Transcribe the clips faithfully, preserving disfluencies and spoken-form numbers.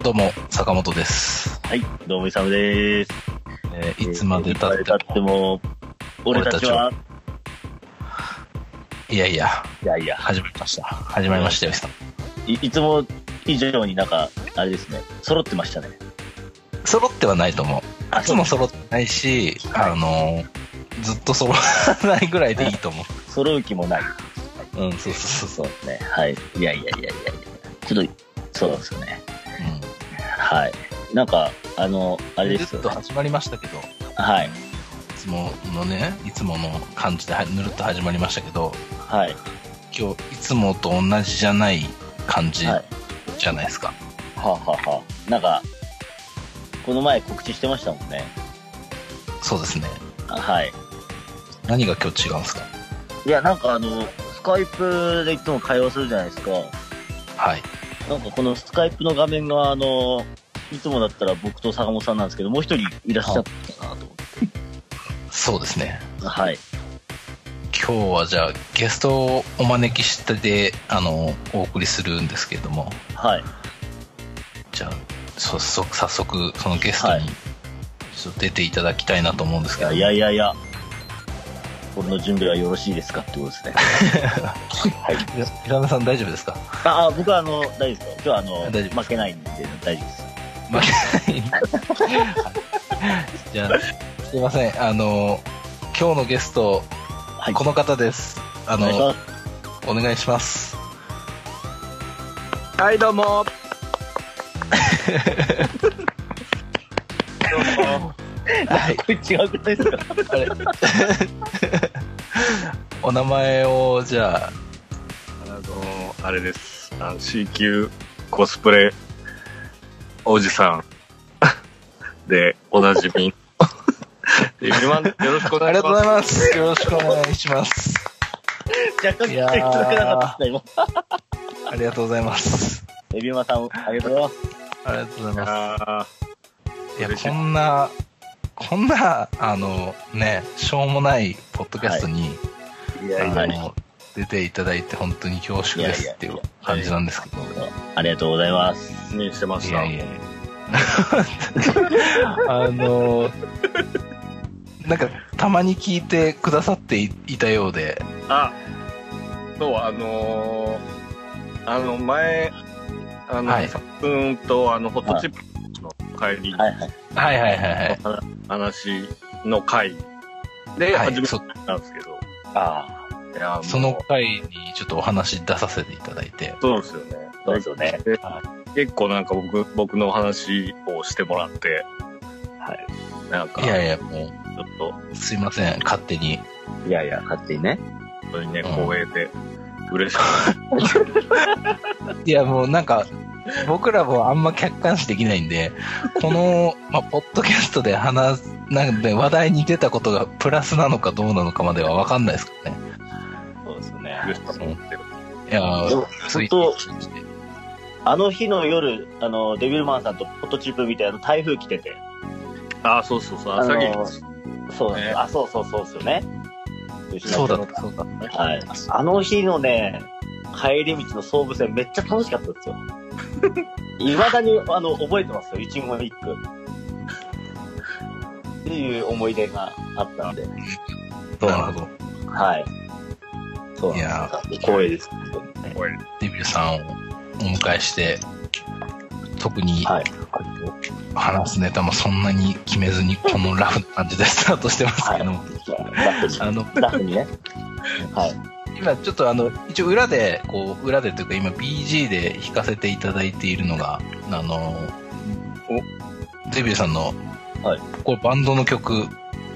どうも坂本です。 はい、どうもイサムです。 えー、いつまで経っても、 っても俺たちはいやいやいやいや始まりました始まりましたよ。 い, いつも以上になんかあれですね、揃ってましたね。 揃ってはないと思う。いつも揃ってないし、あのずっと揃わないぐらいでいいと思う。 揃う気もない。 うん、そうそうそうそうね。はい。いやいやいやいやいや。ちょっとそうですよね。うん。はい。なんかあのあれですよね。 ぬるっと始まりましたけど。 はい。いつものね、いつもの感じでぬるっと始まりましたけど。 はい。 今日いつもと同じじゃない感じじゃないですか。 はあ、はあはあ、なんかこの前告知してましたもんね。 そうですね。 はい。 何が今日違うんですか？ いや、なんかあのスカイプでいつも会話するじゃないですか。 はい。なんかこのスカイプの画面があのいつもだったら僕と坂本さんなんですけど、もう一人いらっしゃったなと思って。そうですね。 はい。 今日はじゃあゲストをお招きしてであのお送りするんですけれども。 はい。 じゃあ早速早速そのゲストにちょっと出ていただきたいなと思うんですけど。 いやいやいや。この準備はよろしいですかってことですね。はい。 平野さん大丈夫ですか？ ああ、僕はあの大丈夫ですよ。今日はあの負けないんで大丈夫です。 負けない。じゃあすいません、あの今日のゲスト、はい、この方です。あのお願いします。 はい、どうも。 どうも。はい、これ違うくないですか？あれお名前をじゃあ、 あのあれです。あの C 級コスプレおじさんでおなじみ。よろしくお願いします。 ありがとうございます。よろしくお願いします。 若干聞いていただけなかった今。 ありがとうございます。 エビマさんありがとうございます。 ありがとうございます。いや、こんなこんなあのね、しょうもないポッドキャストに、はい、いやいやあの出ていただいて本当に恐縮ですっていう感じなんですけど。 ありがとうございます。 見してました。いやいやあのなんかたまに聞いてくださっていたようで。 あ、そうあのー、あの前あの、はい、さっくんとあのホットチップの帰り、 はいはいはいはいはい話の回で始めたんですけど、はい、 ああ、いやその回にちょっとお話出させていただいて。 そうですよね。 そうですよね。 結構なんか僕僕の話をしてもらって、 はい。 なんかいやいやもうちょっとすいません勝手に。 いやいや勝手にね。 本当にね、光栄で嬉しかった。いやもうなんか僕らもあんま客観視できないんで、このまあポッドキャストで話すなんで話題に出たことがプラスなのかどうなのかまでは分かんないですからね。 そうですね。 嬉しかったと思ってる。 いやー本当。あの日の夜、あの、デビルマンさんとポットチップみたいな台風来てて。 ああ、そうそうそう、朝霧。 そうね。あ、そうそうそうですよね。 そうだった、そうだった。 はい。あの日のね、帰り道の総武線めっちゃ楽しかったですよ。未だに、あの、覚えてますよ、一言一句。っていう思い出があったので。 なるほど。 はい。そうなんです。いや光栄です。 デビルさんをお迎えして特に話すネタもそんなに決めずにこのラフな感じでスタートしてますけども、はい、あのラフにね、はい、 今ちょっとあの一応裏でこう裏でというか今 ビージー で弾かせていただいているのがあのデビルさんの、はい、これバンドの曲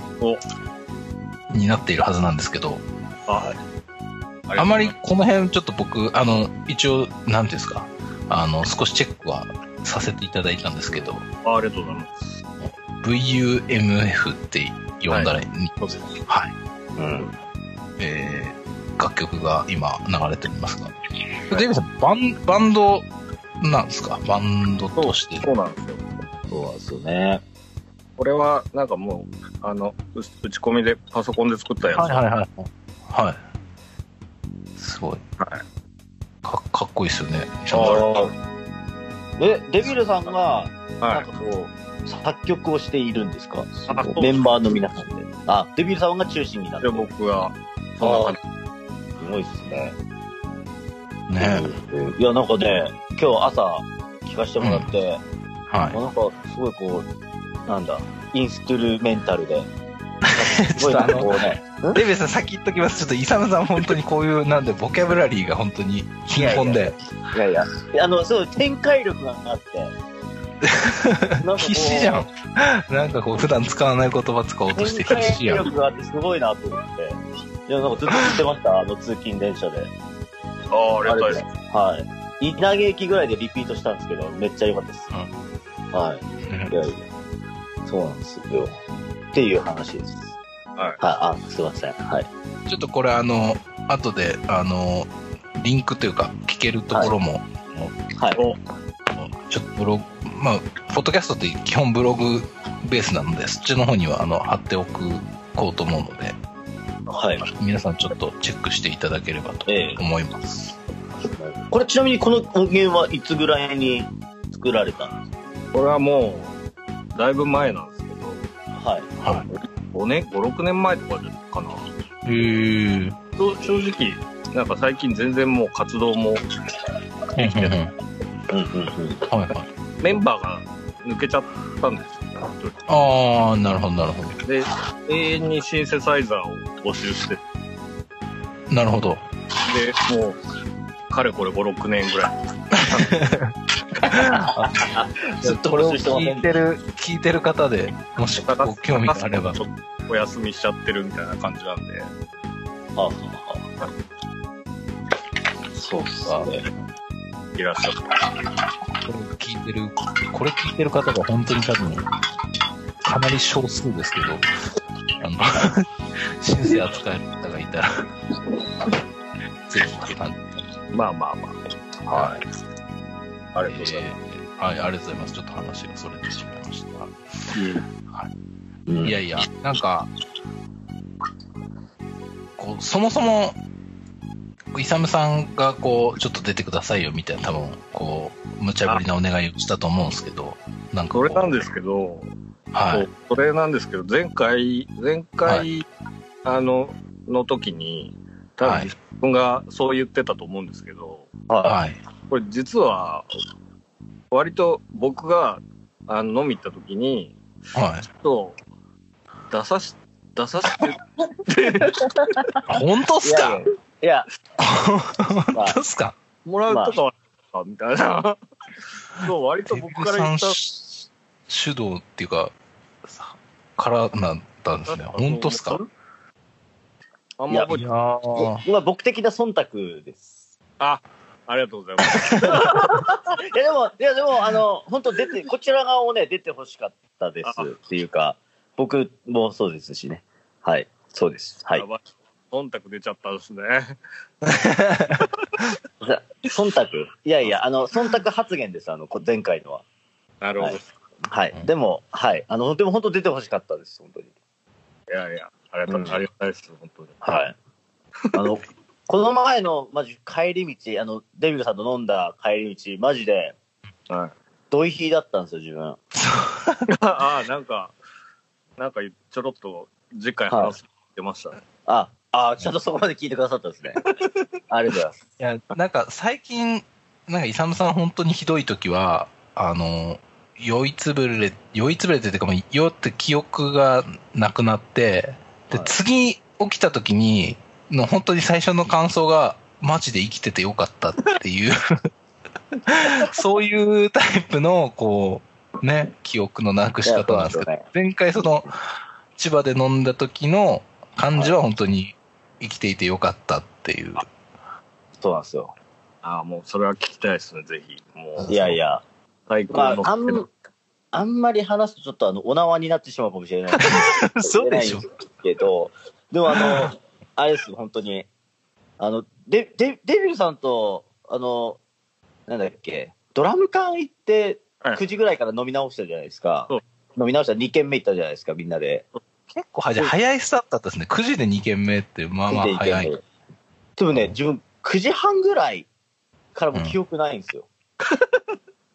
になっているはずなんですけど、 はい、 あまりこの辺ちょっと僕あの一応なんていうんですかあの少しチェックはさせていただいたんですけど、 あ、ありがとうございます。 ブイユーエムエフ って呼んだらいい、 そうです。 はい。うん。えー、楽曲が今流れておりますが、デイビーさんバンバンドなんですか？バンドとして。 そうなんですよ。 そうなんですよね。 これはなんかもうあの打ち込みでパソコンで作ったやつ。 はいはいはい。はい。すごい。 はい。 か, かっこいいですよね。 あえ、デビルさんが、 はなんかこう、作曲をしているんですか？そのそうメンバーの皆さんで。あ、デビルさんが中心になっい。 て。 で、僕が、そんな感じ。 すごいっすね。 ねいや、なんかね、今日朝聞かせてもらって、 はなんかすごいこう、なんだ、インストゥルメンタルで、すごいなんかこうね、 い。デビューさん先言っときます。ちょっとイサムさん本当にこういう、なんで、ボキャブラリーが本当に貧困で。 いやいや、あの、そう、展開力があって、なんかこう必死じゃん。なんかこう、普段使わない言葉使おうとして必死展開やん。 力があってすごいなと思って。いや、なんかずっと聞いてました、あの通勤電車で。 ああ、ありがたいです。 はい。稲毛駅ぐらいでリピートしたんですけど、めっちゃ良かったです。はい。いやいや、そうなんですよ。っていう話です。 はい。 あ、あ、すいません。はい。 ちょっとこれあの、後で、あの、リンクというか、聞けるところも、 はい。 お、 ちょっとブログ、まあ、ポッドキャストって基本ブログベースなので、そっちの方にはあの貼っておくこうと思うので、 はい。 皆さんちょっとチェックしていただければと思います。 これちなみにこの音源はいつぐらいに作られたんですこれはもう、だいぶ前なんですけど、 か？はい。 はい。 ごねん、ご、ろくねんまえとかじゃかな。 へー。 正直、なんか最近全然もう活動もできてない。 うんうんうん。 はいはい。 メンバーが抜けちゃったんですよ。 ああ、なるほどなるほど。 で、永遠にシンセサイザーを募集して、 なるほど。 で、もう、かれこれご、ろくねんぐらい。 ずっとこれを募集してません聞いてる、聞いてる方で、もしご興味があれば。 ちょっとお休みしちゃってるみたいな感じなんで。 はあ、はあはあ、そうっすね。 いらっしゃった。 これ聞いてる、これ聞いてる方が本当に多分、かなり少数ですけど、あの、シンセ扱える方がいたら、ぜひって感じ。 まあまあまあ。はい。ありがとうございます。 えーはい、ありがとうございます。ちょっと話がそれてしまいました。はいうんいやいや、なんか、こう、そもそも、イサムさんがこう、ちょっと出てくださいよみたいな、多分、こう、無茶ぶりなお願いをしたと思うんですけど、なんかこ、 そうれなんですけど、 はい。 そうそれなんですけど、前回、前回、 はいあの、の時に、多分はい自分がそう言ってたと思うんですけど、 ははい。 これ実は、割と僕があの飲み行った時に、 はい。 ちょっと、出さし、出させて、 本当っい。 すかいや、 本当っすかもらうとかは、みたいな。そう、割と僕から言った。 主導っていうか、からなったんですね。本当っすかあんま覚えていやーまあ僕的な忖度です。 あ、ありがとうございます。 いやでも、いやでも、あの、本当出て、こちら側をね、出てほしかったですっていうか、僕もそうですしね。はい、そうです。はいや。ばい忖度出ちゃったんですね。 忖度いやいや、あの、忖度発言です、あの、こ前回のは。 なるほど。 はいはい。でも、はい。あの、でも本当出てほしかったです、本当に。 いやいや、ありがとう、 うんありがたいです、本当に。 はい。あの、この前の、まじ、帰り道、あの、デビルさんと飲んだ帰り道、マジで、 はい。 ドイヒーだったんですよ、自分。 ああ、なんか、なんかちょろっと次回話してましたね。 あ、あ、ちゃんとそこまで聞いてくださったんですね。ありがとうございます。 いや、なんか最近、なんかイサムさん本当にひどい時は、あの、酔いつぶれ、酔いつぶれててか、もう酔って記憶がなくなって、で、 はい次起きた時に、の本当に最初の感想が、マジで生きててよかったっていう、そういうタイプの、こう、ね、記憶のなくし方なんですけど、 いやそうなんですよね前回その、千葉で飲んだ時の感じは本当に生きていてよかったっていう。 そうなんですよ。 ああ、もうそれは聞きたいですね、ぜひ。もう、 いやいや、 最高の。 まあ、あん、あんまり話すとちょっとあの、お縄になってしまうかもしれない。 そうでしょ。 けど、でもあの、あれですよ、本当に。あの、デ、デ、デビルさんと、あの、なんだっけ、ドラム缶行って、 はいくじぐらいから飲み直したじゃないですか。 そう飲み直したらにけんめ行ったじゃないですか、みんなで。 結構早い早いスタートだったですね。くじでにけんめって、まあまあ早い。 でもね、自分くじはんぐらいからも記憶ないんですよ。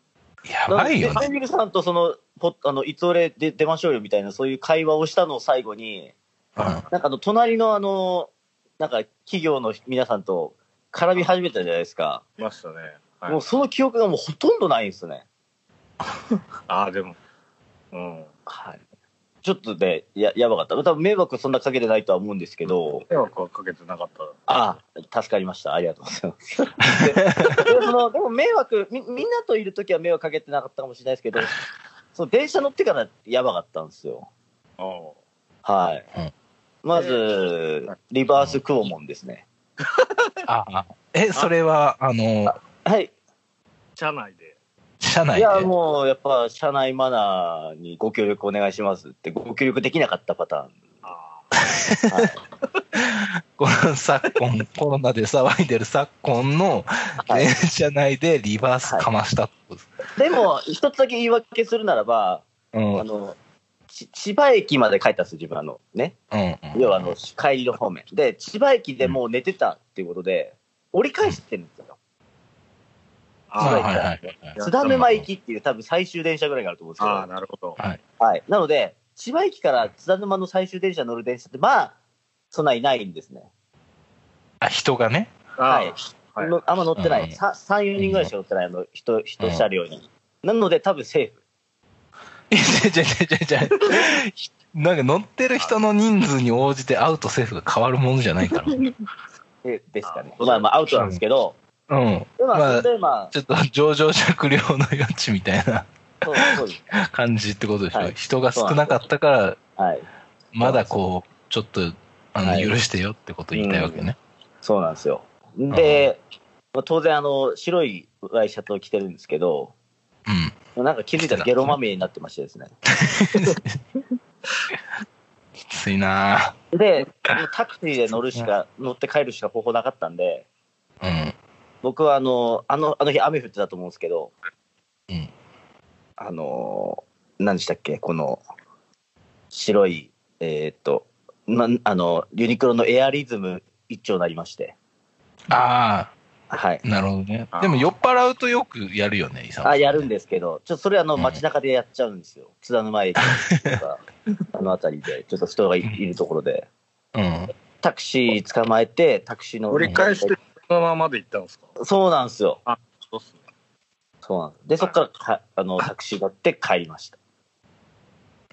やばいよね。 デビルさんとその、ポあのいつ俺で出ましょうよみたいな、そういう会話をしたのを最後に、 うん、 なんかあの隣のあの、なんか企業の皆さんと絡み始めたじゃないですか。 いましたね。はい、 もうその記憶がもうほとんどないんですね。 ああ、でも、うん。 はい。ちょっとね、や、やばかった。多分迷惑そんなかけてないとは思うんですけど。 迷惑はかけてなかった。 ああ、助かりました。ありがとうございます。で, で, そのでも迷惑み、みんなといるときは迷惑かけてなかったかもしれないですけど、その電車乗ってからやばかったんですよ。 あはい。うん、まず、リバースクオモンですね。 ああ、え、それは、あの、 はい。 車内で。 車内で。 いや、もう、やっぱ、車内マナーにご協力お願いしますって、ご協力できなかったパターン。あはい、この昨今、コロナで騒いでる昨今の電車内でリバースかましたってことです、 はいはい、でも、一つだけ言い訳するならば、うん、あの、千葉駅まで帰ったんですよ、自分あのね。うんうん、要はあの帰りの方面で、千葉駅でもう寝てたっていうことで、折り返してるんですよ。津田沼行きっていう多分最終電車ぐらいがあると思うんですけど。 ああ、なるほど。 はい。はい。なので、千葉駅から津田沼の最終電車乗る電車って、まあ、そんなにないんですね。 あ、人がね。 はい。はい、のあんま乗ってない。うん、さん、よにんぐらいしか乗ってない、あの、人、人車両に。うん、なので、多分セーフ。 いや、じゃじゃじゃじゃなんか乗ってる人の人数に応じてアウトセーフが変わるものじゃないから。 えですかね。まあまあアウトなんですけど。 うん。うん、まあ、まあ、ちょっと上場酌量の余地みたいな感じってことでしょ。はい、人が少なかったから、はい、まだこう、ちょっとあの、はい、許してよってことを言いたいわけね。うん、 そうなんですよ。で、まあ、当然あの、白いワイシャツを着てるんですけど、うん。なんか気づいたらゲロまみれになってましてですね。 きついなぁ。で、タクシーで乗るしか、乗って帰るしか方法なかったんで、うん、僕はあの、あの、あの日雨降ってたと思うんですけど、うん、あの、何でしたっけ、この、白い、えー、っと、なあの、ユニクロのエアリズム一丁になりまして。 ああ。 はい。 なるほどね。でも酔っ払うとよくやるよね、 イサムさん、ね。あ、やるんですけど、ちょっとそれあの街中でやっちゃうんですよ。津田沼駅とか、あの辺りで、ちょっと人がいるところで。うん。タクシー捕まえて、タクシーの。 折り返して、そのままで行ったんですか？ そうなんですよ。 あ、そうっすね。 そうなんです。で、そこからかあのタクシー乗って帰りました。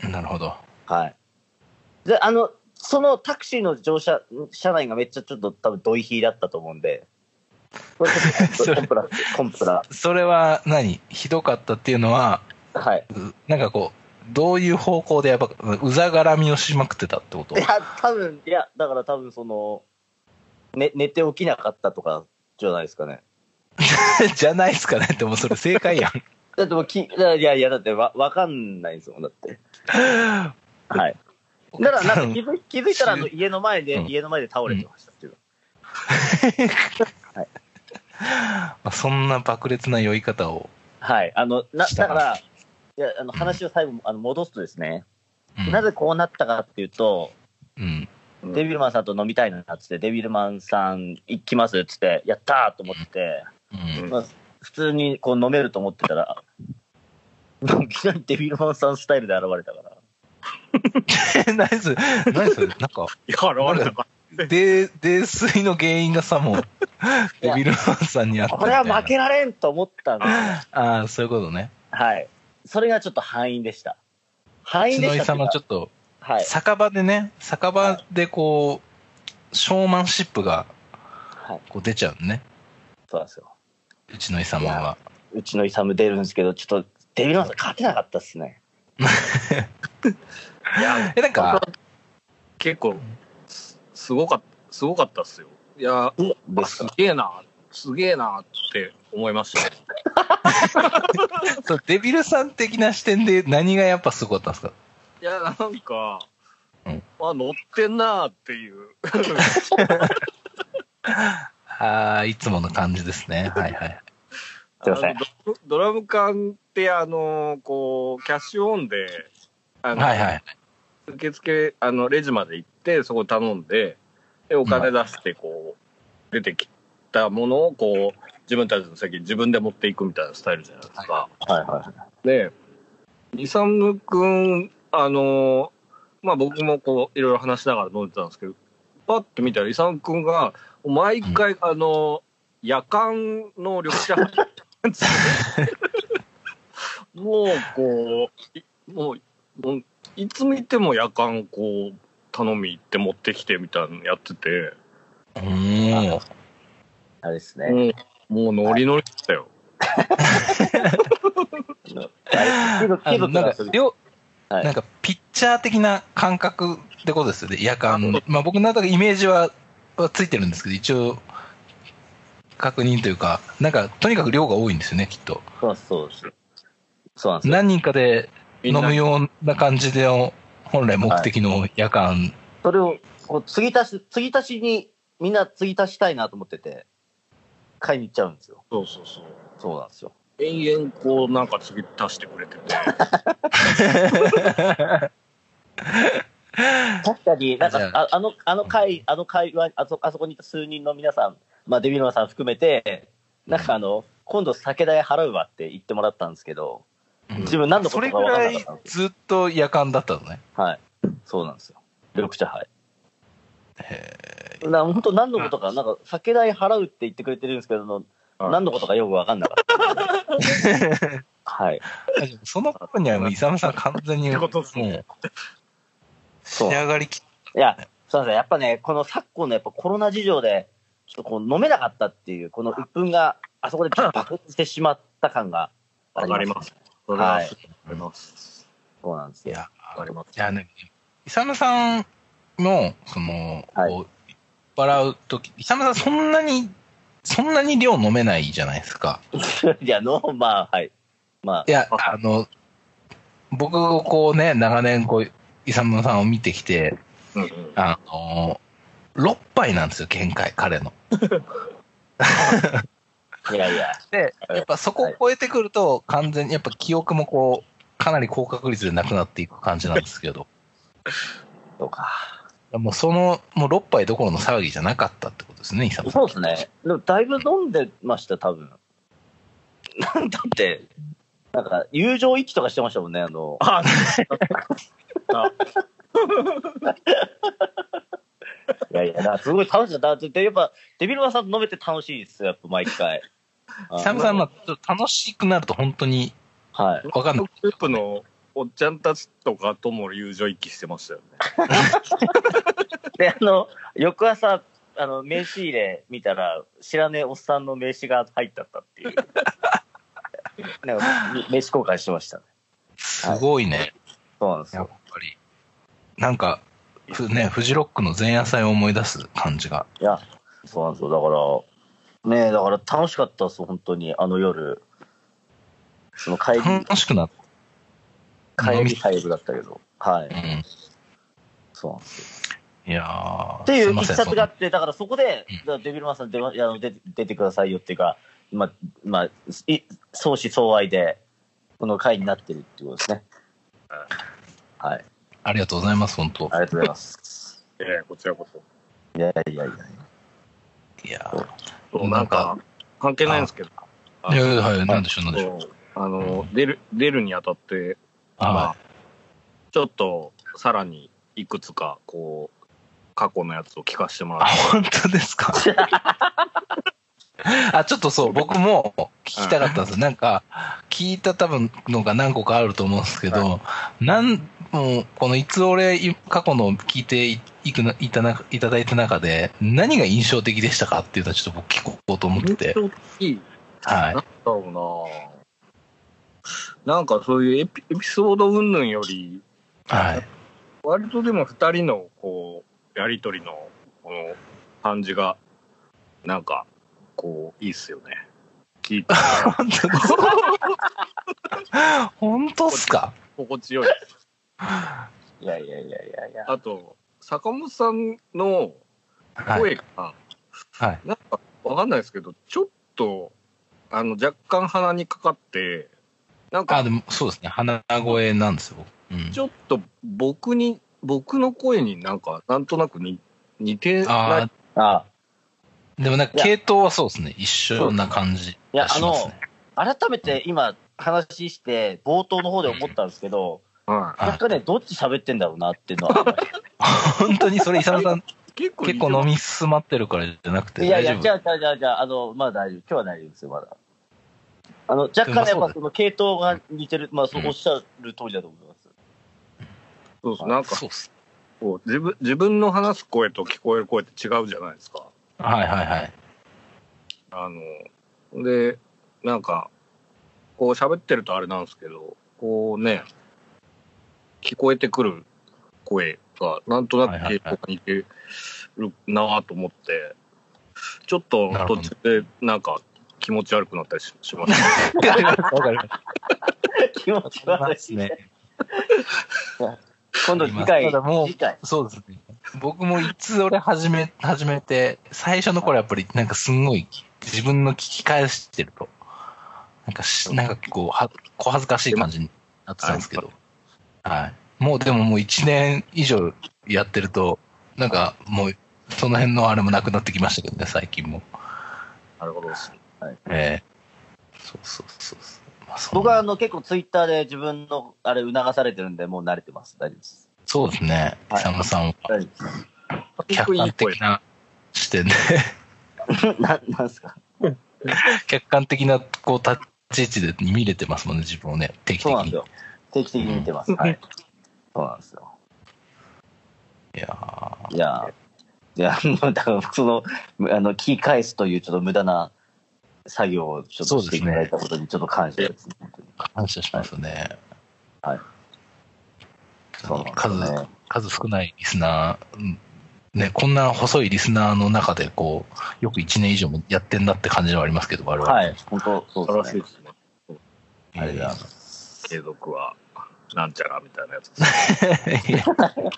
なるほど。 はい。で、あの、そのタクシーの乗車、車内がめっちゃちょっと多分ドイヒーだったと思うんで、コンプラ、コンプラ。 それは何？ひどかったっていうのは、はい。なんかこう、どういう方向でやっぱ、うざがらみをしまくってたってこと？ いや、多分、いや、だから多分その、ね、寝て起きなかったとかじゃないですかね。 じゃないですかねって、もうそれ正解やん。 だってもうき、いやいや、だってわ、わかんないですもん、だって。はい。だからなんか気づい気づいたらあの家の前で、うん、家の前で倒れてましたっていう。 はい。まあ、そんな爆裂な酔い方を。 はい。あの、な、だから、いや、あの話を最後、あの戻すとですね、うん、なぜこうなったかっていうと、うん、デビルマンさんと飲みたいなっつって、デビルマンさん行きますっつって、やったーと思って、うんまあ、普通にこう飲めると思ってたら、いきなりデビルマンさんスタイルで現れたから。 ナイス、ナイス、なんか、 いや、現れたか。 で、泥酔の原因がさ、もう、デビルマンさんにあったみたいな。 これは負けられんと思ったんですよ。 ああ、そういうことね。 はい。それがちょっと敗因でした。敗因でした。 篠井さんのちょっと、はい、酒場でね、酒場でこう、ショーマンシップが、こう出ちゃうね。 そうなんですよ。 うちのイサムは。 うちのイサム出るんですけど、ちょっと、デビルマンさん勝てなかったっすね。 いや、え、なんか、結構、すごかった、すごかったっすよ。いや、すげえな、すげえなって思いました。 そう、デビルさん的な視点で何がやっぱすごかったんですか？ いや、なんか、うん、あ、乗ってんなーっていう。 ああ、いつもの感じですね。はいはい。 すいません。 ド, ドラム缶って、あの、こう、キャッシュオンで、あの、はいはい、受付、あの、レジまで行って、そこ頼んで、で、お金出して、こう、出てきたものを、こう、 自分たちの席自分で持っていくみたいなスタイルじゃないですか。 はいはい。 で、イサム君、あの、まあ僕もこう、いろいろ話しながら飲んでたんですけど、パッと見たらイサム君が、毎回、うん、あの、夜間の緑茶もうこう、もう、もういつ見ても夜間こう、頼み行って持ってきてみたいなのやってて。 うん。 あれですね。 もう、もうノリノリだよ。 なんか、両、はい、なんかピッチャー的な感覚ってことですよね、夜間。まあ僕の中でイメージは、はついてるんですけど、一応、確認というか、なんか、とにかく量が多いんですよね、きっと。 そうそうです。そうなんですよ。何人かで飲むような感じで、本来目的の夜間。はい、 それを、こう、継ぎ足し、継ぎ足しに、みんな継ぎ足したいなと思ってて、買いに行っちゃうんですよ。 そうそうそう。 そうなんですよ。 延々こうなんか継ぎ足してくれてて確かになんかああのあの会あの会はあそあそこにいた数人の皆さん、まあデビルマンさん含めてなんかあの今度酒代払うわって言ってもらったんですけど、うん、自分何のことか分からなかったんです。 それぐらいずっと夜間だったのね。 はい、そうなんですよ。緑茶杯。へえ。な本当何のことかなんか酒代払うって言ってくれてるんですけど。何のことかよく分かんなかった。はい。 その頃にはもうイサムさん完全にもう仕上がりきっいや、そうなんですよ。やっぱね、この昨今のやっぱコロナ事情でちょっとこう飲めなかったっていうこの鬱憤があそこでちょっと爆発してしまった感があります。 わかります。 そうなんですよ。 いや、わかります。いやね、イサムさんのそのこう笑うとき、イサムさんそんなにそんなに量飲めないじゃないですか。 いや、の、まあ、はい。まあ。 いや、あの、僕をこうね、長年こう、イサムさんを見てきて、うんうん、あの、ろっぱいなんですよ、限界、彼の。 いやいや。 で、やっぱそこを超えてくると、完全にやっぱ記憶もこう、かなり高確率でなくなっていく感じなんですけど。 そうか。 もうその、もうろっぱいどころの騒ぎじゃなかったってことですね、イサムさん。そうですね。でもだいぶ飲んでました、多分。だって、なんか、友情息とかしてましたもんね、あの。ああいやいや、だからすごい楽しい。だってやっぱ、デビルマンさんと飲めて楽しいですよ、やっぱ毎回。 イサムさん、まあ、楽しくなると本当に、 はい。 わかんない。 グループのおっちゃんたちとかとも友情一気してましたよね。 で、あの、翌朝、あの、名刺入れ見たら、知らねえおっさんの名刺が入ってあったっていう。なんか、名刺交換してましたね。 すごいね。はい、 そうなんですよ。 やっぱり。なんか、ふね、フジロックの前夜祭を思い出す感じが。 いや、そうなんですよ。だから、ねえ、だから楽しかったです、本当に、あの夜。その帰り。 楽しくなった。 帰りタイプだったけど。はい。うん、そうなんですよ。 いやー。 っていう一冊があって、だからそこで、うん、デビルマンさん出出出てくださいよっていうか、まあ、まあ、相思相愛で、この回になってるっていうことですね。はい。 ありがとうございます、本当。 ありがとうございます。 ええー、こちらこそ。 いやいやいやいや。 いやー、なんか、関係ないんですけど。 いやいや、はい、なんでしょう、なんでしょう。 あの、出る、出るにあたって、 あまあ、ちょっと、さらに、いくつか、こう、過去のやつを聞かせてもらって。 あ、本当ですか。あ、ちょっとそう、僕も聞きたかったんですよ。なんか、聞いた多分のが何個かあると思うんですけど、はい、なんもう、このいつ俺、過去の聞いていくないたな、いただいた中で、何が印象的でしたかっていうのはちょっと僕聞こうと思ってて。 印象的？ はい。 なんだろうな。なんかそういうエピ、エピソード云々より、 はい。 割とでも二人の、こう、やりとりの、この感じが、なんか、こう、いいっすよね。聞いて。 本当ですか？本当っすか？ 心地よいです。 いやいやいやいやいや。 あと、坂本さんの声が、はい、はい、なんかわかんないですけど、ちょっと、あの、若干鼻にかかって、なんか、 あ、でもそうですね、鼻声なんですよ。 うん、ちょっと僕に、僕の声になんか、なんとなくに似てない。 ああ。 でもなんか系統はそうですね。一緒な感じ、ね。 いや、あの、改めて今話して、冒頭の方で思ったんですけど、うん、なんかね、どっち喋ってんだろうなっていうのは。 本当にそれ、イサムさん、結構結構飲み進まってるからじゃなくて。 いやいや、じゃあ、じゃあ、じゃあ、じゃあ、あの、まあ大丈夫。今日は大丈夫ですよ、まだ。あの、若干やっぱその系統が似てる、まあ、そうおっしゃる通りだと思います。 そうです、なんか、そうっす。自分、自分の話す声と聞こえる声って違うじゃないですか。 はいはいはい。 あの、で、なんか、こう喋ってるとあれなんですけど、こうね、聞こえてくる声が、なんとなく系統が似てるなと思って、ちょっと途中でなんか気持ち悪くなったりします。 わかります、わかります。 気持ち悪いですね。今度次回、 もう次回。そうですね。僕もいつ俺始め、始めて、最初の頃やっぱりなんかすんごい自分の聞き返してると、なんかし、なんかこう、は、小恥ずかしい感じになってたんですけど、はい。もうでももういちねん以上やってると、なんかもうその辺のあれもなくなってきましたけどね、最近も。 なるほどです。はい。 ええー、そうそうそうそう。 まあ、僕はあの結構ツイッターで自分のあれ促されてるんで、もう慣れてます。大丈夫です。 そうですね。イサムさんは。客観的な視点でな。なんすか客観的なこう立ち位置で見れてますもんね、自分をね、定期的に。 そうなんですよ。定期的に見てます。うん、はい。そうなんですよ。 いやー。 いやー。いや、だからその、あの、聞き返すというちょっと無駄な作業をちょっとしていただいたことにちょっと感謝ですね。 感謝しますね。 はい。はい、 そう数、数少ないリスナー、ね、こんな細いリスナーの中で、こう、よくいちねん以上もやってんなって感じはありますけど、我々。 はい、本当、そうですね。 ですね。 ありがとうございます。 継続は、なんちゃらみたいなやつですね。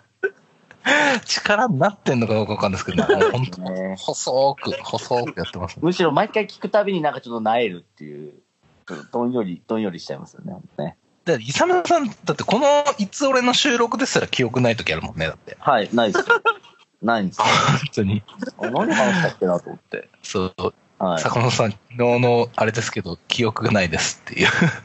力になってんのかどうかわかんないですけど、ね、本当に細く、細くやってます、ね。 むしろ毎回聞くたびになんかちょっと萎えるっていう、どんより、どんよりしちゃいますよね、ね。 だイサムさん、だってこのいつ俺の収録ですら記憶ない時あるもんね、だって。 はい、ないです。ないんですよ。 本当に。 何話したっけなと思って。 そう。はい、坂本さん、昨日のあれですけど、記憶がないですっていう。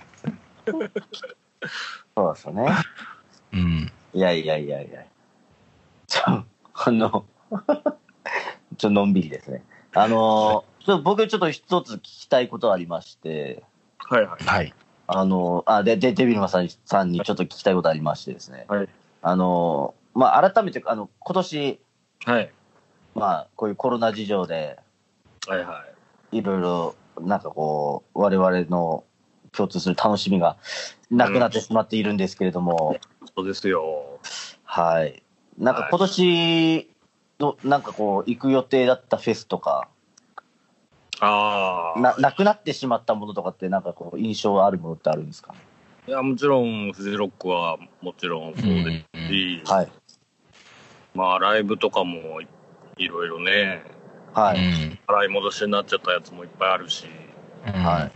そうですよね。 うん。 いやいやいやいや。ちょ、あの、ちょ、のんびりですね。あの、ちょ僕ちょっと一つ聞きたいことありまして。 はいはい。 はい。 あの、あ、で、で、デビルマさんさんにちょっと聞きたいことありましてですね。 はい。 あの、まあ、改めて、あの、今年、 はい。 まあ、こういうコロナ事情で、 はいはい。 いろいろ、なんかこう、我々の共通する楽しみがなくなってしまっているんですけれども。 うん、そうですよ。 はい。なんか今年の、なんかこう、行く予定だったフェスとか、 ああ。 な、なくなってしまったものとかって、なんかこう、印象あるものってあるんですか？ いや、もちろん、フジロックはもちろんそうですし、 うん、はい。 まあ、ライブとかもいろいろね、 はい。 払い戻しになっちゃったやつもいっぱいあるし、 はい。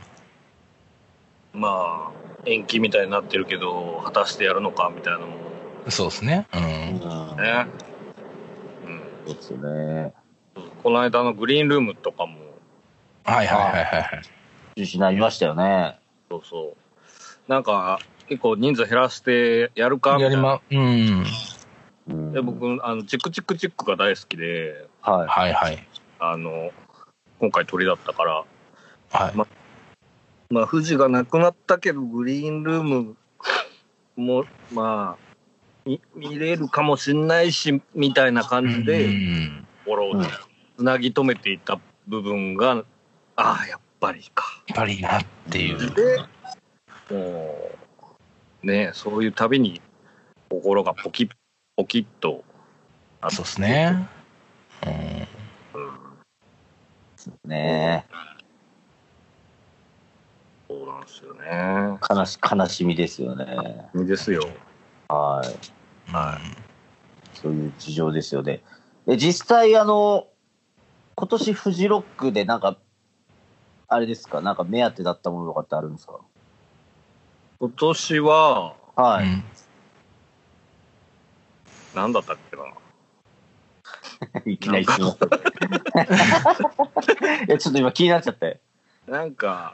まあ、延期みたいになってるけど、果たしてやるのかみたいなのも。 そうですね。うん。 ね。 うん。そうですね。 この間のグリーンルームとかも。 はいはいはいはい。 中止になりましたよね。 そうそう。なんか、結構人数減らしてやるかみたいな。やりま、うん。で、僕、あの、チクチクチックが大好きで。 はい。 はいはい。 あの、今回鳥だったから。 はい。 ま、まあ、富士がなくなったけど、グリーンルームも、まあ、見、見れるかもしんないし、みたいな感じで、フォローでつなぎ止めていた部分が、ああ、やっぱりか。 やっぱりなっていう。 で、もう、ね、そういうたびに心がポキッ、ポキッと。 そうですね。うん。 うん、ねえ。 そうなんですよね。 悲し、悲しみですよね。 悲しみですよ。 はい。 はい。 そういう事情ですよね。え、実際、あの、今年フジロックでなんか、あれですか、なんか目当てだったものとかってあるんですか？ 今年は、 はい。うん、 なんだったっけな。 いきなりすみません。いや、ちょっと今気になっちゃって。 なんか、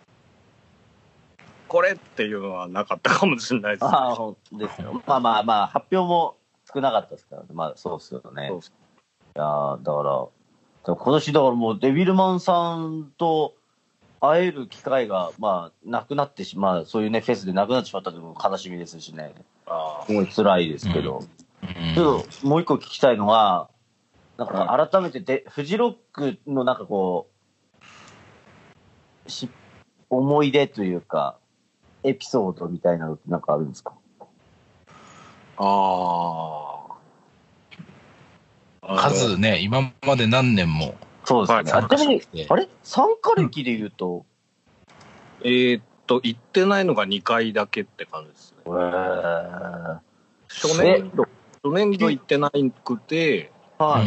これっていうのはなかったかもしれないです、ね。 ああ、ですよ。まあまあまあ、発表も少なかったですから、まあそうですよね。そうそういやだから、今年だからもうデビルマンさんと会える機会が、まあ、なくなってしまう、そういうね、フェスでなくなってしまったというのも悲しみですしね。あすごい辛いですけど。うん、ちょっともう一個聞きたいのは、なんか改めてで、フジロックのなんかこう、し思い出というか、エピソードみたいなのってなんかあるんですか？ ああ。数ね、今まで何年も。 そうですね。はい、あ, にあれ参加歴で言うと、 うん、えー、っと、行ってないのがにかいだけって感じですね。 へー初年度、初年度行ってなくて、 はい。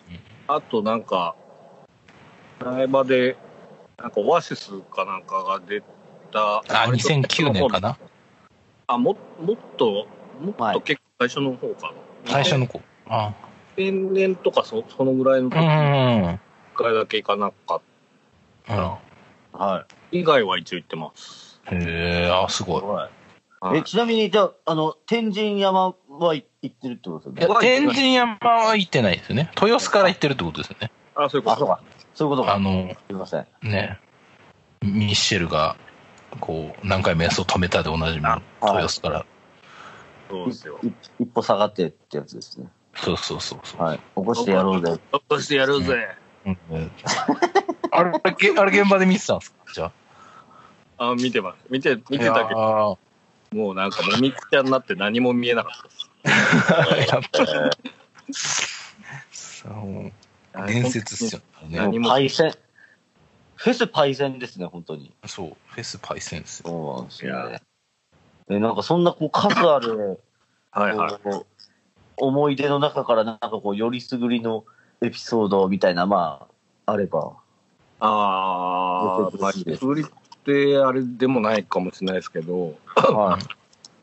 あとなんか、苗場で、なんかオアシスかなんかが出た。 あ、にせんきゅうねんかな。 あ、も、もっと、もっと結構最初の方かな。 最初の子。あ年々とかそ、そのぐらいの時に、いっかいだけ行かなかったら、うん、はい。以外は一応行ってます。 へえ、あ、すごい。 はい、え、ちなみに、じゃあ、あの、天神山は行ってるってことですよね。天神山は行ってないですよね。豊洲から行ってるってことですよね。 あ、そういうこと。 あ、そうか。そういうことか。 あの、 すみません。 ね、ミッシェルが、こう、何回も演奏止めたでおなじみの豊洲から。 そうですよ。 一歩下がってってやつですね。 そうそうそうそう。 はい。起こしてやろうぜ。 起こしてやろうぜ。 うんうん、あれ、あれ現場で見てたんですか？じゃあ。あ、見てます。見て、見てたけど。もうなんか、もみくちゃになって何も見えなかったです。やっぱり。 そう。伝説っすよね。 何もパイセン。フェスパイセンですね、本当に。 そう、フェスパイセンですよ。 そうなんですよね。え、なんかそんなこう数ある、 はいはい。 思い出の中からなんかこう、よりすぐりのエピソードみたいな、まあ、あれば。 ああ、まあ、よりすぐりってあれでもないかもしれないですけど、はい。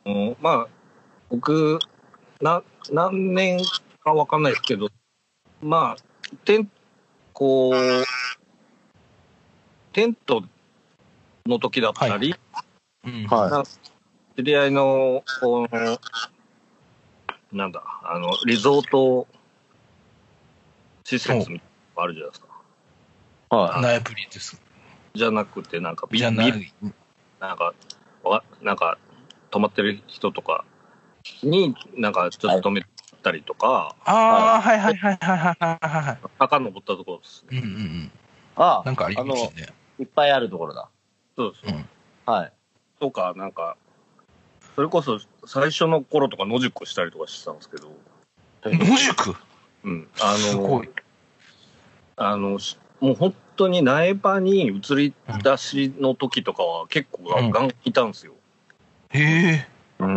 うん、まあ、僕、な、何年かわかんないですけど、まあ、テン、こう、テントの時だったり、はいうんはい、知り合いの、この、なんだ、あの、リゾート施設みたいなのあるじゃないですか。 はい。ナイプリです。 じゃなくて、なんかビ、 じゃない。 なんか、なんか、泊まってる人とかに、なんか、ちょっと止めたりとか。 ああ、はいはいはいはいはいはい。 坂登ったところですね。 うんうんうん。 ああ、 なんかありましたね。 いっぱいあるところだ。 そうです。うん、 はい。 とか、なんか、それこそ最初の頃とか野宿したりとかしてたんですけど。 野宿？ うん。あの、 すごい。 あの、もう本当に苗場に移り出しの時とかは結構ガンガンいたんですよ。 うん、へえ。 うん。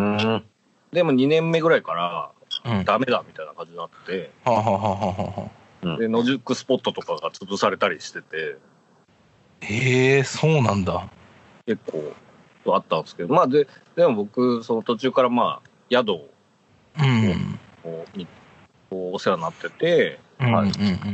でもにねんめぐらいからダメだみたいな感じになって、 ははははは。で、野宿スポットとかが潰されたりしてて。 へえ、そうなんだ。 結構あったんですけど、まあで、でも僕、その途中からまあ、宿を、 うん、 こう、こうお世話になってて、 うんはい、うん、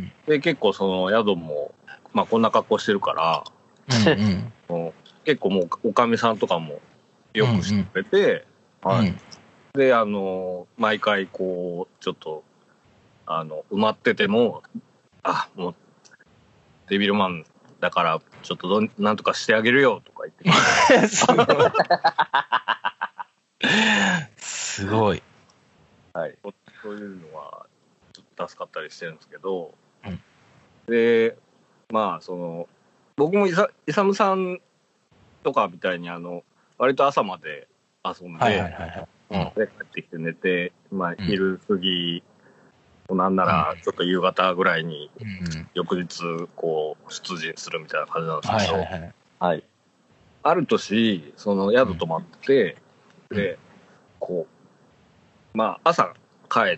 で、結構その宿も、まあこんな格好してるから、うんうん、結構もうおかみさんとかもよく知ってくれて、うんうん、はい。で、あの、毎回こう、ちょっと、あの、埋まってても、あ、もう、デビルマンだから、ちょっとどん、なんとかしてあげるよ、とか言って。 すごい。 はい。そういうのは、ちょっと助かったりしてるんですけど、 うん、 で、まあ、その、僕もイサ、イサムさんとかみたいに、あの、割と朝まで遊んで、 はいはいはいはいうん、で、帰ってきて寝て、まあ、昼過ぎ、うん、なんなら、ちょっと夕方ぐらいに、翌日、こう、出陣するみたいな感じなんですけど、 はいはいはい。はい。 ある年、その宿泊まって、うん、で、こう、まあ、朝帰って、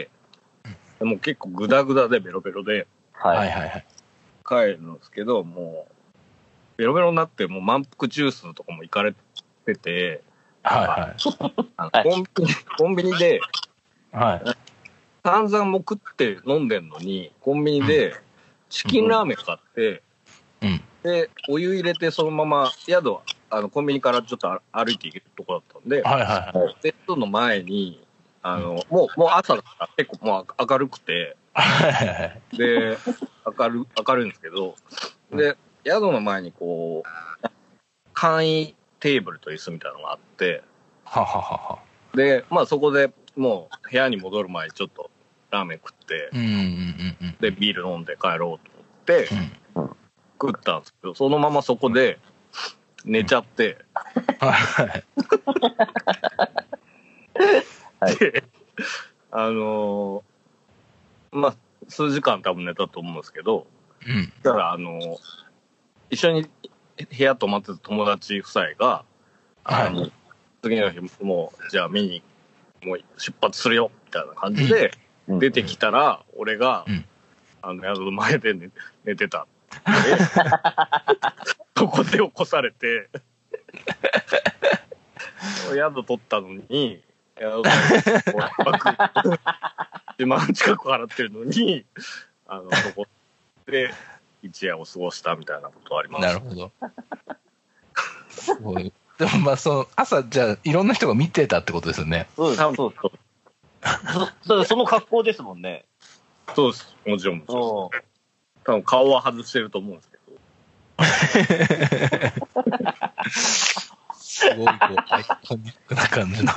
もう結構グダグダでベロベロで、 はいはいはい。 帰るんですけど、もう、ベロベロになって、もう満腹ジュースとかも行かれてて、 はいはい。 あのコンビニ、コンビニで、 はい。 散々も食って飲んでんのに、コンビニでチキンラーメン買って、 うん、 で、お湯入れてそのまま、宿は、あの、コンビニからちょっと歩いていけるとこだったんで、 はいはいはい。 ベッドの前に、あの、もう、もう朝だったら結構もう明るくて、で、明る、明るいんですけど、で、宿の前にこう、簡易テーブルと椅子みたいなのがあって、 はははは。 で、まあそこでもう部屋に戻る前にちょっとラーメン食って、 うんうんうんうん、 で、ビール飲んで帰ろうと思って、うん、食ったんですけど、そのままそこで寝ちゃって、で、あのー、まあ、数時間多分寝たと思うんですけど、 うん、 だからあのー、一緒に部屋泊まってた友達夫妻が、あの、はい、次の日もう、じゃあ見に、もう出発するよ、みたいな感じで、出てきたら、うん、俺が、うん、あの、宿の前で寝、寝てた。そこで起こされて、宿取ったのに、宿いちまん近く払ってるのに、あの、そこで一夜を過ごしたみたいなことあります。 なるほど。すごい。でもまあ、その、朝、じゃあ、いろんな人が見てたってことですよね。 そうです、そうです。そ, その格好ですもんね。 そうです、もちろんもちろん。多分顔は外してると思うんですけど。すごい、こう、アイコニックな感じの。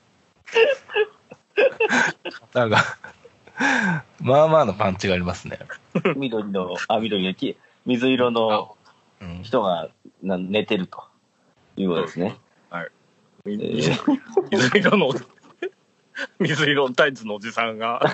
方が、まあまあのパンチがありますね。 緑の、あ、緑の木、水色の人がな寝てるということですね。 はい。えー、水色の、水色のタイツのおじさんが。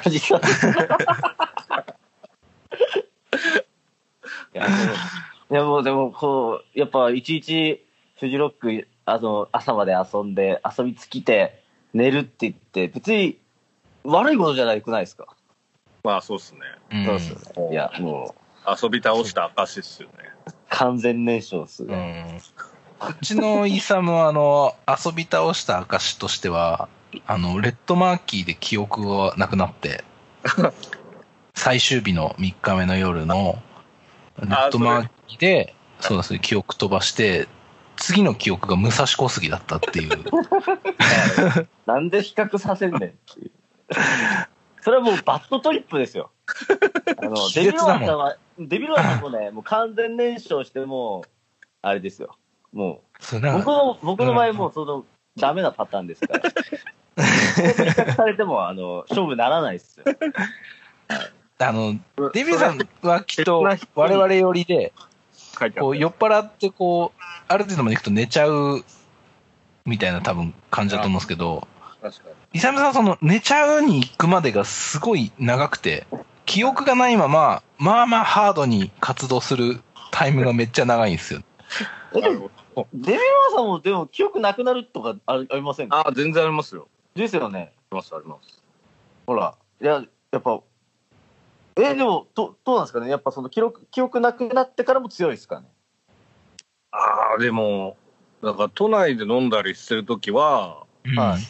いや、でも、でも、こう、やっぱ、いちいち、フジロック、あの、朝まで遊んで、遊び尽きて、寝るって言って、別に、悪いことじゃないくないですか？ まあ、そうっすね。 そうっすね。いや、もう。遊び倒した証っすよね。 完全燃焼っすね。 うん。うちのイサムは、あの、遊び倒した証としては、あの、レッドマーキーで記憶がなくなって、最終日のみっかめの夜の、レッドマーキーで、そうですね、記憶飛ばして、次の記憶が武蔵小杉だったっていう。 なんで比較させんねんっていう。それはもうバッドトリップですよ。あのデビルマンさんは、デビルマンさんもね、もう完全燃焼してもう、あれですよ。もう、僕の、僕の場合もその、ダメなパターンですから。比較されても、あの、勝負にならないですよ。 はい、あの、デビルさんはきっと我々寄りで、こう酔っ払ってこう、ある程度まで行くと寝ちゃうみたいな多分感じだと思うんですけど、イサムさんはその寝ちゃうに行くまでがすごい長くて、記憶がないまま、まあまあハードに活動するタイムがめっちゃ長いんですよ。 え、デビルマンさんもでも記憶なくなるとかありませんか？ ああ、全然ありますよ。 ですよね。 あります、あります。 ほら、いや、やっぱ、え、でも、ど、どうなんですかね、やっぱその記憶、記憶なくなってからも強いですかね。 ああ、でも、なんか都内で飲んだりしてるときは、 うん、はい。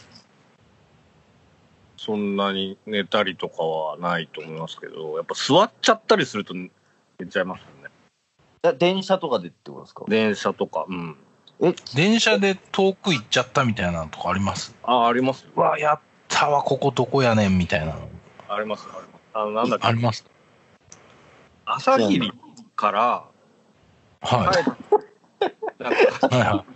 そんなに寝たりとかはないと思いますけど、やっぱ座っちゃったりすると寝ちゃいますよね。電車とかでってことですか？ 電車とか、うん。 え、電車で遠く行っちゃったみたいなのとかあります？ ああ、ありますよ。 うわ、やったわ、ここどこやねんみたいなの。 あります、あります。あの、なんだっけ。 あります。 朝霧から、 はい。 なんか、はい、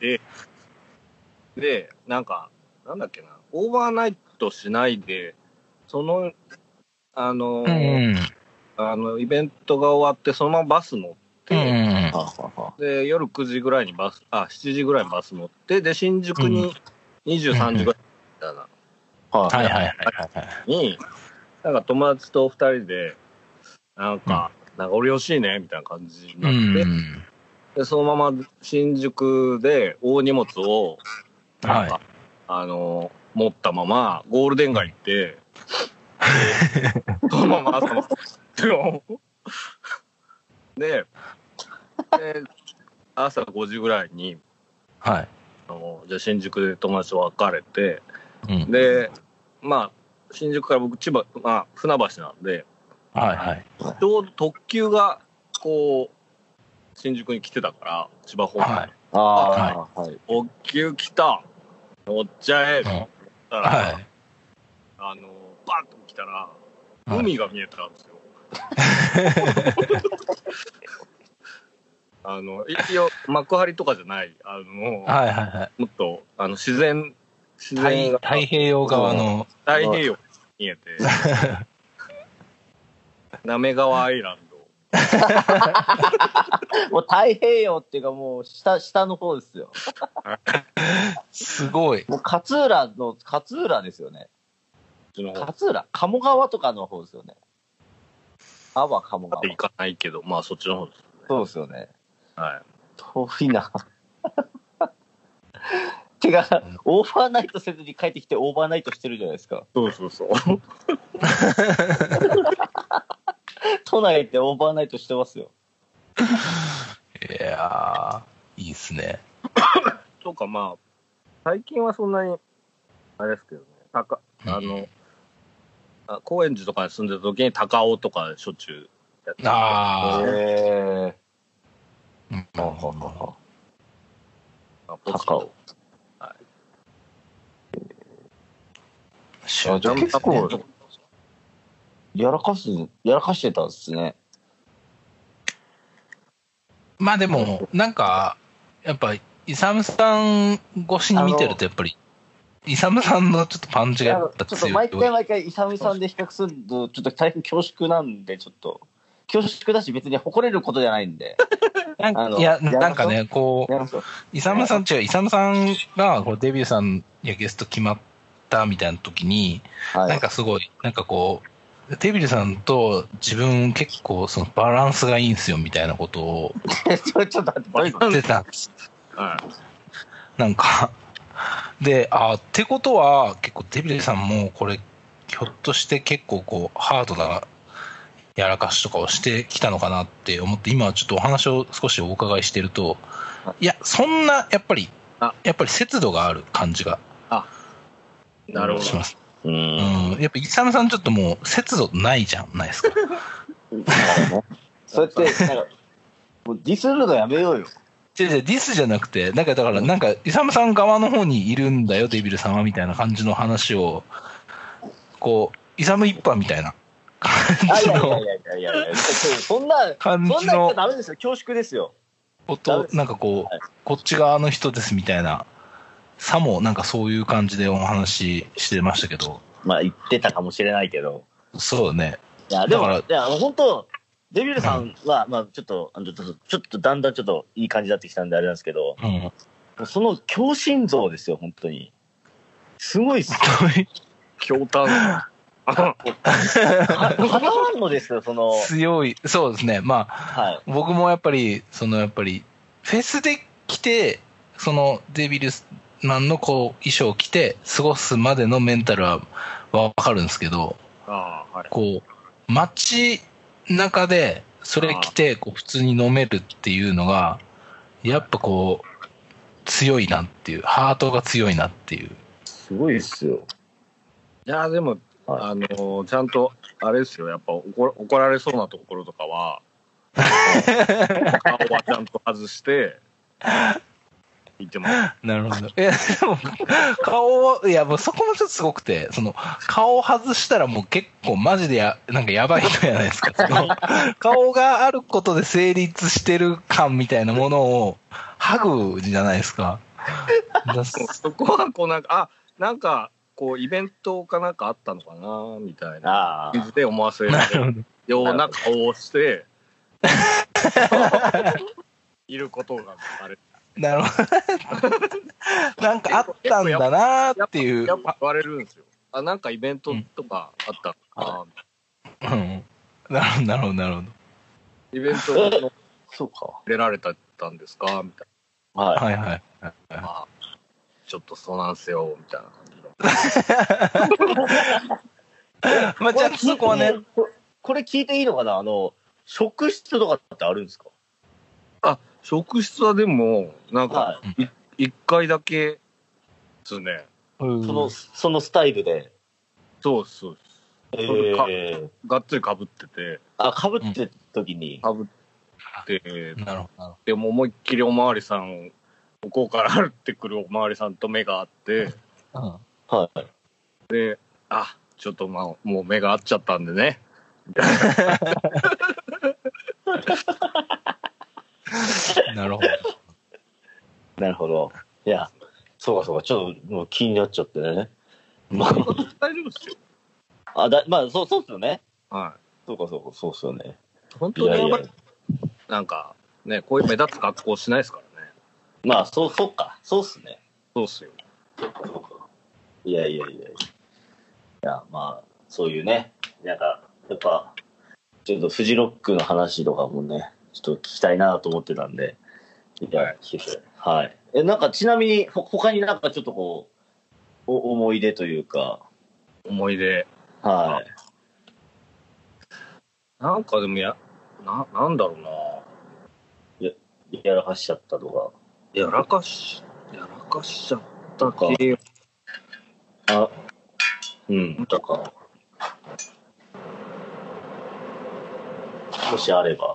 で、で、なんか、なんだっけな、オーバーナイトしないで、その、あの、うん、あの、イベントが終わって、そのままバス乗って、うん、で、夜くじぐらいにバス、あ、しちじぐらいにバス乗って、で、新宿ににじゅうさんじぐらいみたいな、 はいはいはいはい。 に、なんか友達と二人で、なんか、うん、なんか俺欲しいね、みたいな感じになって、うん、で、そのまま新宿で大荷物を、なんか、はい、あの、持ったままゴールデン街行って、そのまま朝ので、で、朝ごじぐらいに、 はい。 あのじゃあ新宿で友達と別れて、 うん、 で、まあ、 新宿から僕、千葉、まあ、船橋なんで、 はいはい。 ちょうど特急が、こう、新宿に来てたから、千葉方面。はい。 ああ、 はい。特急来た。乗っちゃえ。とったら、はい、あの、バンと来たら、海が見えたんですよ。あの、一応、幕張とかじゃない、あの、 はいはいはい、 もっと、あの、自然、自然太平洋側の。 太平洋見えて、滑川アイランド。 もう太平洋っていうかもう下、下の方ですよ。 すごい。 もう勝浦の、勝浦ですよね。勝浦鴨川とかの方ですよね。あは鴨川。 行かないけど、まあそっちの方ですよね。 そうですよね。 はい。 遠いな。てか、オーバーナイトせずに帰ってきてオーバーナイトしてるじゃないですか。 そうそうそう。 都内ってオーバーナイトしてますよ。 いやー、いいっすね。 とかまあ、最近はそんなに、あれですけどね、たかあの、うんあ、高円寺とかに住んでた時に高尾とかしょっちゅうやってた。 ああ。 へえ。うん。 あははは。高尾。はい。じゃあ結構、やらかす、やらかしてたんですね。 まあでも、なんか、やっぱ、イサムさん越しに見てると、やっぱり、イサムさんのちょっとパンチがやっぱ強い。 ちょっと毎回毎回イサムさんで比較すると、ちょっと大変恐縮なんで、ちょっと、恐縮だし別に誇れることじゃないんで。 なんかいや、なんかね、こう、イサムさん違う、イサムさんがこうデビューさんやゲスト決まったみたいな時に、はい、なんかすごい、なんかこう、デビューさんと自分結構そのバランスがいいんですよみたいなことをちょっと待って言ってたんです。なんか、で、あってことは、結構デビルさんもこれ、ひょっとして結構こう、ハードなやらかしとかをしてきたのかなって思って、今ちょっとお話を少しお伺いしてると、いや、そんな、やっぱり、やっぱり節度がある感じがなるほどします。うん。やっぱ、イサムさんちょっともう、節度ないじゃん、ないですか。 そうやって、なんか、もうディスるのやめようよ。 違う違う、ディスじゃなくて、なんかだから、なんか、イサムさん側の方にいるんだよ、デビルさんは、みたいな感じの話を、こう、イサム一派みたいな感じの。 いやいやいやいやいや、そんな、 感じの。 そんな言っちゃダメですよ、恐縮ですよ。 こと、なんかこう、はい、こっち側の人ですみたいな、さもなんかそういう感じでお話ししてましたけど。 まあ言ってたかもしれないけど。 そうね。 いや、でも、いや、本当、デビルさんは、うん、まあちょっと、ちょっと、ちょっとだんだんちょっといい感じになってきたんであれなんですけど、うん、その強心臓ですよ、本当に。すごいっすよ。 強胆。 かなわんのですよ、その。 強い、そうですね。まあ、はい、僕もやっぱり、そのやっぱり、フェスで来て、そのデビルマンのこう衣装を着て過ごすまでのメンタルはわかるんですけど、 あ、はい、 こう、街中でそれ着てこう普通に飲めるっていうのが、やっぱこう、強いなっていう、ハートが強いなっていう。 すごいですよ。 いや、でも、はい、あの、ちゃんと、あれですよ、やっぱ怒、怒られそうなところとかは、顔はちゃんと外して、言ってます。 なるほど。いや、でも、顔、いや、もうそこもちょっとすごくて、その、顔を外したらもう結構マジでや、なんかやばい人じゃないですか。その顔があることで成立してる感みたいなものを、ハグじゃないですか。 そこは、こうなんか、あ、なんか、こう、イベントかなんかあったのかな、みたいな感じで思わせるような顔をして、いることがあれ。 なるほど。なんかあったんだなーっていう。 やっぱ言われるんですよ。あ、なんかイベントとかあったかな。うん。なるほど、なるほど、なるほど。 イベントのそうか。 出られたんですかみたいな。はいはいはい。まあ、ちょっとそうなんすよ、みたいな感じの。まあ、じゃあそこはね。これ聞いていいのかな、あの、職質とかってあるんですか？ あ、職質はでも、なんか、一、はい、回だけですね。 その、そのスタイルで。 そうそうです。えー、がっつりかぶってて。 あ、かぶってた時に。 かぶって、 なるほど。 でも思いっきりおまわりさん、向こうから歩ってくるおまわりさんと目が合って、 うん、はい。 で、あ、ちょっとまあ、もう目が合っちゃったんでね。 なるほど。 なるほど。いや、そうかそうか、ちょっともう気になっちゃってね。 まあ、大丈夫ですよ。 あ、だ、まあ、そう、そうっすよね。 はい。 そうかそうか、そうっすよね。 本当にやばい。なんか、ね、こういう目立つ格好しないですからね。 まあ、そう、そうか。そうっすね。 そうっすよ。 そうか、そうか。いやいやいやいや。いや、まあ、そういうね、なんか、やっぱ、ちょっとフジロックの話とかもね、ちょっと聞きたいなと思ってたんで、いや、はい、聞いて、はい。え、なんか、ちなみに、ほ、他になんかちょっとこう、お、思い出というか。 思い出。 はい。 なんかでもや、な、なんだろうな。 や、やらかしちゃったとか。 やらかし、やらかしちゃった系。 あ、うん、とか。もしあれば。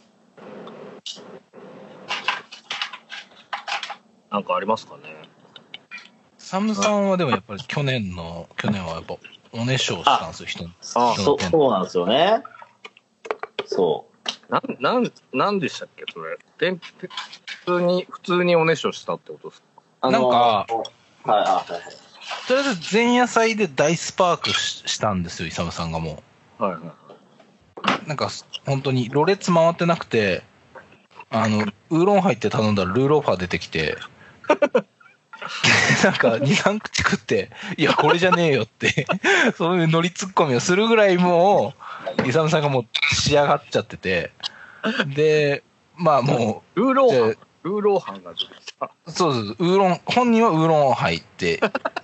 なんかありますかね。 サムさんはでもやっぱり去年の、去年はやっぱおねしょしたんですよ、人の。 あ、そ、そうなんですよね。そう。 なん、なん、なんでしたっけ、それ。てん、普通に、普通におねしょしたってことですか？ なんか、はい、 あ、はい。 とりあえず前夜祭で大スパーク し, したんですよ、イサムさんがもう。はいはいはい。 なんか、本当に、ろれつ回ってなくて、あの、ウーロン入って頼んだらルーローファー出てきて、なんか、に、さん口食って、いや、これじゃねえよって、そういうノリツッコミをするぐらいもう、イサムさんがもう仕上がっちゃってて、で、まあもう、ルーローハン、ルーローハンが出てきた。 そうそう、ウーロン、本人はウーロン入って、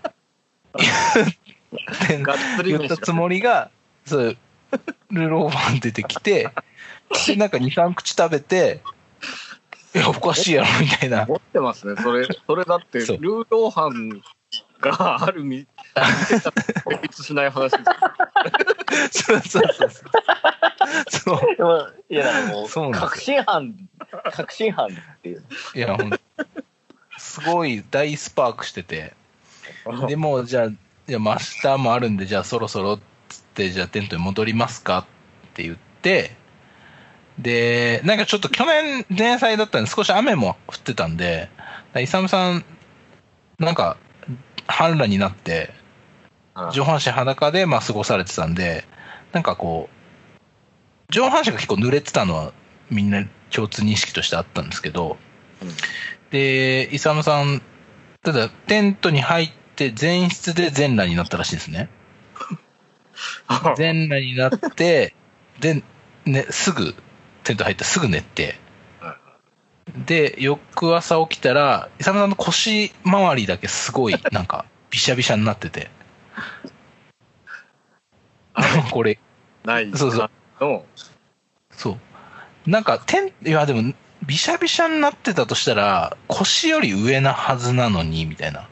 言ったつもりが、そう、ルーローファン出てきて、で、なんかに、さん口食べて、いや、おかしいやろ、みたいな。 持ってますね。それ、それだって、ルーローハンがあるみ、成立しない話です。 そうそうそう。そう。 いや、もう、そうなん確信犯、確信犯っていう。 いや、ほんすごい大スパークしてて、でも、じゃあ、じゃあ、明日もあるんで、じゃあそろそろっつって、じゃあテントに戻りますかって言って、で、なんかちょっと去年前菜だったんで少し雨も降ってたんで、イサムさん、なんか、半裸になって、上半身裸でまあ過ごされてたんで、なんかこう、上半身が結構濡れてたのはみんな共通認識としてあったんですけど、うん、で、イサムさん、ただテントに入って前室で全裸になったらしいですね。全裸になって、で、ね、すぐ、テント入ってすぐ寝て、で、翌朝起きたら、イサムさんの腰周りだけすごい、なんか、びしゃびしゃになってて。これ。 ない。 そうそう。そう。なんか、テン、いや、でも、びしゃびしゃになってたとしたら、腰より上なはずなのに、みたいな。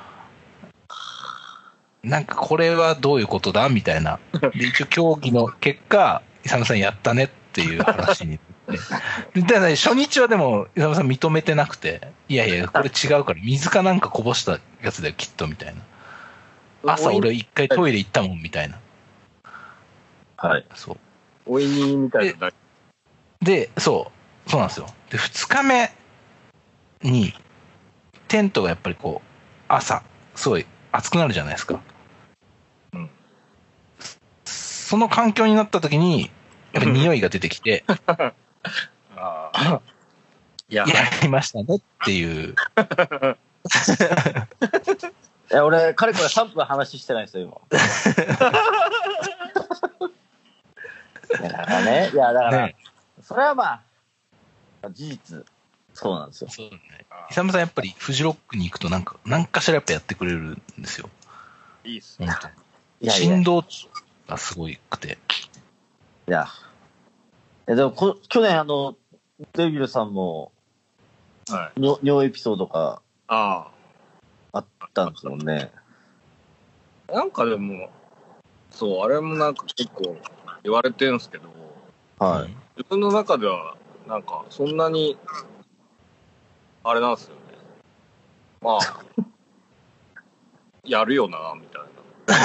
なんか、これはどういうことだみたいな。で、一応、競技の結果、イサムさんやったねっていう話に。で初日はでも、伊沢さん認めてなくて、いやいや、これ違うから、水かなんかこぼしたやつだよ、きっと、みたいな。朝俺一回トイレ行ったもん、みたいな。 はい。 そう。 おいにみたいな。 で、そう、そうなんですよ。で、二日目に、テントがやっぱりこう、朝、すごい暑くなるじゃないですか。うん。その環境になった時に、やっぱ匂いが出てきて、ああ。やりましたねっていう。 いや、俺、かれこれさんぷん話してないですよ、今。いや、だからね、いや、だから、ね、それはまあ、事実、そうなんですよ。そうね。 イサムさん、やっぱりフジロックに行くと、なんか、なんかしらやっぱやってくれるんですよ。 いいっすね。 本当に。振動がすごいくて。 いや、いやでもこ去年あのデビルさんも、はい、尿エピソードがああったんですもんね。 なんかでもそう、あれもなんか結構言われてるんですけど、 はい。 自分の中では、なんかそんなに、あれなんですよね。まあ、やるよな、みたいな。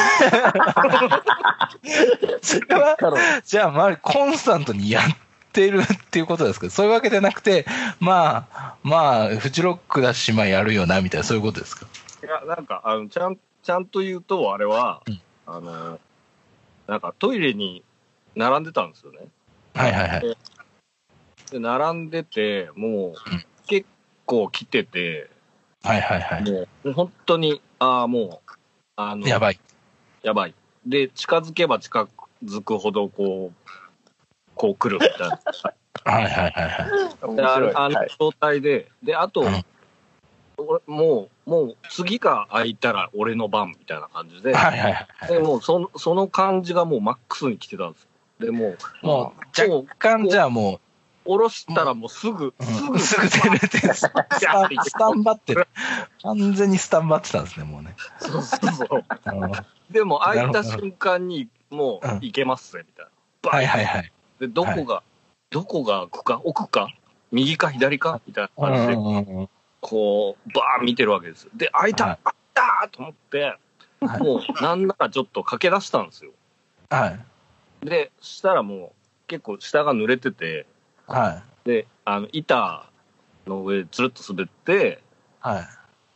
それは、じゃあ、まあ、コンスタントにやってるっていうことですか？そういうわけじゃなくて、まあ、まあ、フジロックだし、まあ、やるよな、みたいな、そういうことですか？ いや、なんか、あの、ちゃん、ちゃんと言うと、あれは、うん、あの、なんかトイレに並んでたんですよね。 はいはいはい。 で、で並んでて、もう、うん、結構来てて、 はいはいはい。 もう、本当に、ああ、もう、あの、 やばい。 やばい。で、近づけば近づくほど、こう、こう来るみたいな。 はいはいはいはい。 で、あの、あの状態で、で、あと、うん、もう、もう次が空いたら俺の番みたいな感じで、 はいはいはい、 でもうその、その感じがもうマックスに来てたんです。でもう、 もう若干じゃあもう、 下ろしたらもうすぐ、 うん、すぐ、すぐ出れてる。スタンバってる。完全にスタンバってたんですね、もうね。 そうそうそう。でも空いた瞬間に、もう行けますね、みたいな。 はいはいはい。 で、どこが、はい、どこが奥か、奥か、右か左かみたいな感じで、こう、バーン見てるわけです。で、開いた、はい、開いたと思って、はい、もう、なんならちょっと駆け出したんですよ。 はい。 で、したらもう、結構下が濡れてて、 はい。 で、あの、板の上、つるっと滑って、 はい。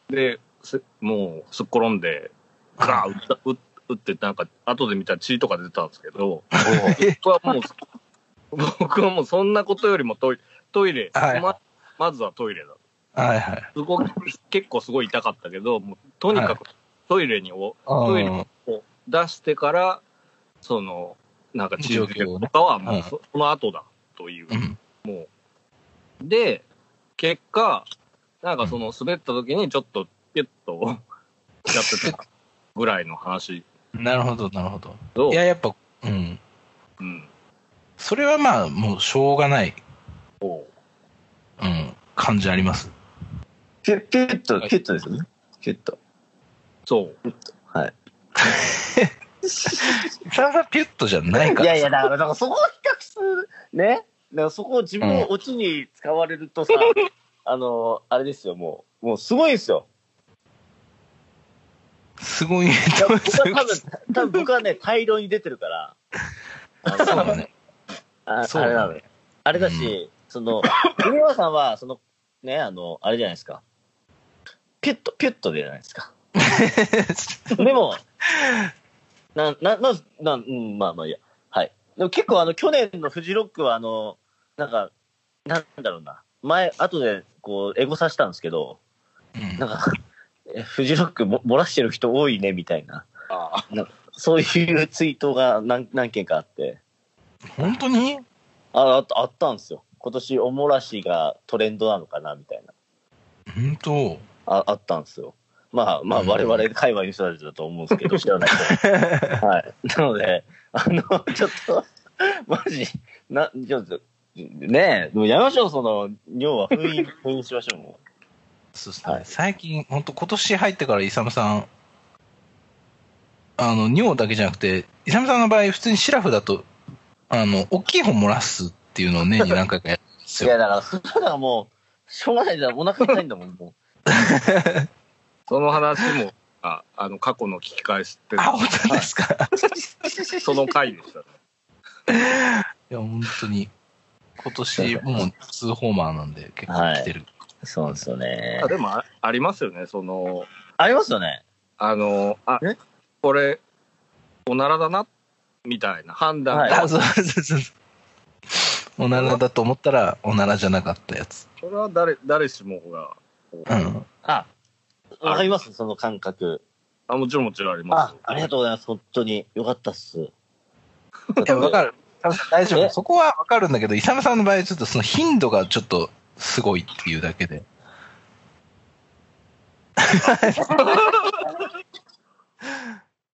で、もう、すっ転んで、ガーッ打った、打って、なんか、後で見たら血とか出たんですけど、僕はもう、僕はもうそんなことよりもトイレ、トイレ、はい、ま, まずはトイレだ。 はいはい。 すごく、結構すごい痛かったけど、もうとにかくトイレにを、はい、トイレを出してから、その、なんか治療とかはもうその後だという、うん、もう。で、結果、なんかその滑った時にちょっとピュッとやってたぐらいの話。 なるほど、なるほど。いや、やっぱ、うん。うん。それはまあ、もうしょうがない。うん、感じあります。 ピュッ、ピュッと、ピュッとですよね。ピュッと。 そう。 ピュッと。はい。 さんさんピュッとじゃないから。 いやいや、だから、だからそこを比較する、ね。だからそこを自分をオチに使われるとさ、うん、あの、あれですよ、もう、もうすごいですよ。 すごい。いや僕は多分、多分僕はね、大量に出てるから。 そうだね。 あ, あれなのよ。あれだし、うん、その、海野さんは、その、ね、あの、あれじゃないですか。ピュッと、ピュッとじゃないですか。でも、な、な、な、な、うん、まあまあいいや。はい。でも結構あの、去年のフジロックはあの、なんか、なんだろうな。前、後で、こう、エゴさせたんですけど、うん、なんか、フジロックも漏らしてる人多いね、みたいな。あなんかそういうツイートが何、何件かあって。 本当にあ、あったんですよ。今年おもらしがトレンドなのかなみたいな。 本当あ、あったんですよ。まあまあ我々界隈の人たちだと思うんですけど、知らない人。はい。なので、あの、ちょっと、マジ、な、ちょっと、ねえ、でもやめましょう、その、尿は封印、封印しましょう、もう。 そうですね。はい、最近、本当今年入ってからイサムさん、あの、尿だけじゃなくて、イサムさんの場合、普通にシラフだと、あの、大きい本漏らすっていうのを年に何回かやるんですよ。 いや、だから、それはもう、しょうがないじゃん。お腹痛いんだもん、もう。 その話も、あ、あの、過去の聞き返してる。あ、本当ですか。 その回でしたね。 いや、本当に、今年、もう、ツーホーマーなんで、結構来てる。はい、 そうですよね。 あでもあ、ありますよね、その。 ありますよね。 あの、あ、これ、おならだな、みたいな判断が、はい、 あ、そうそうそう。おならだと思ったら、おならじゃなかったやつ。 それは誰、誰しもが。 うん。あ、わかりますその感覚。 あ、もちろんもちろんあります。 あ、ありがとうございます。本当に。よかったっす。いや、わかる。大丈夫。そこはわかるんだけど、イサムさんの場合、ちょっとその頻度がちょっとすごいっていうだけで。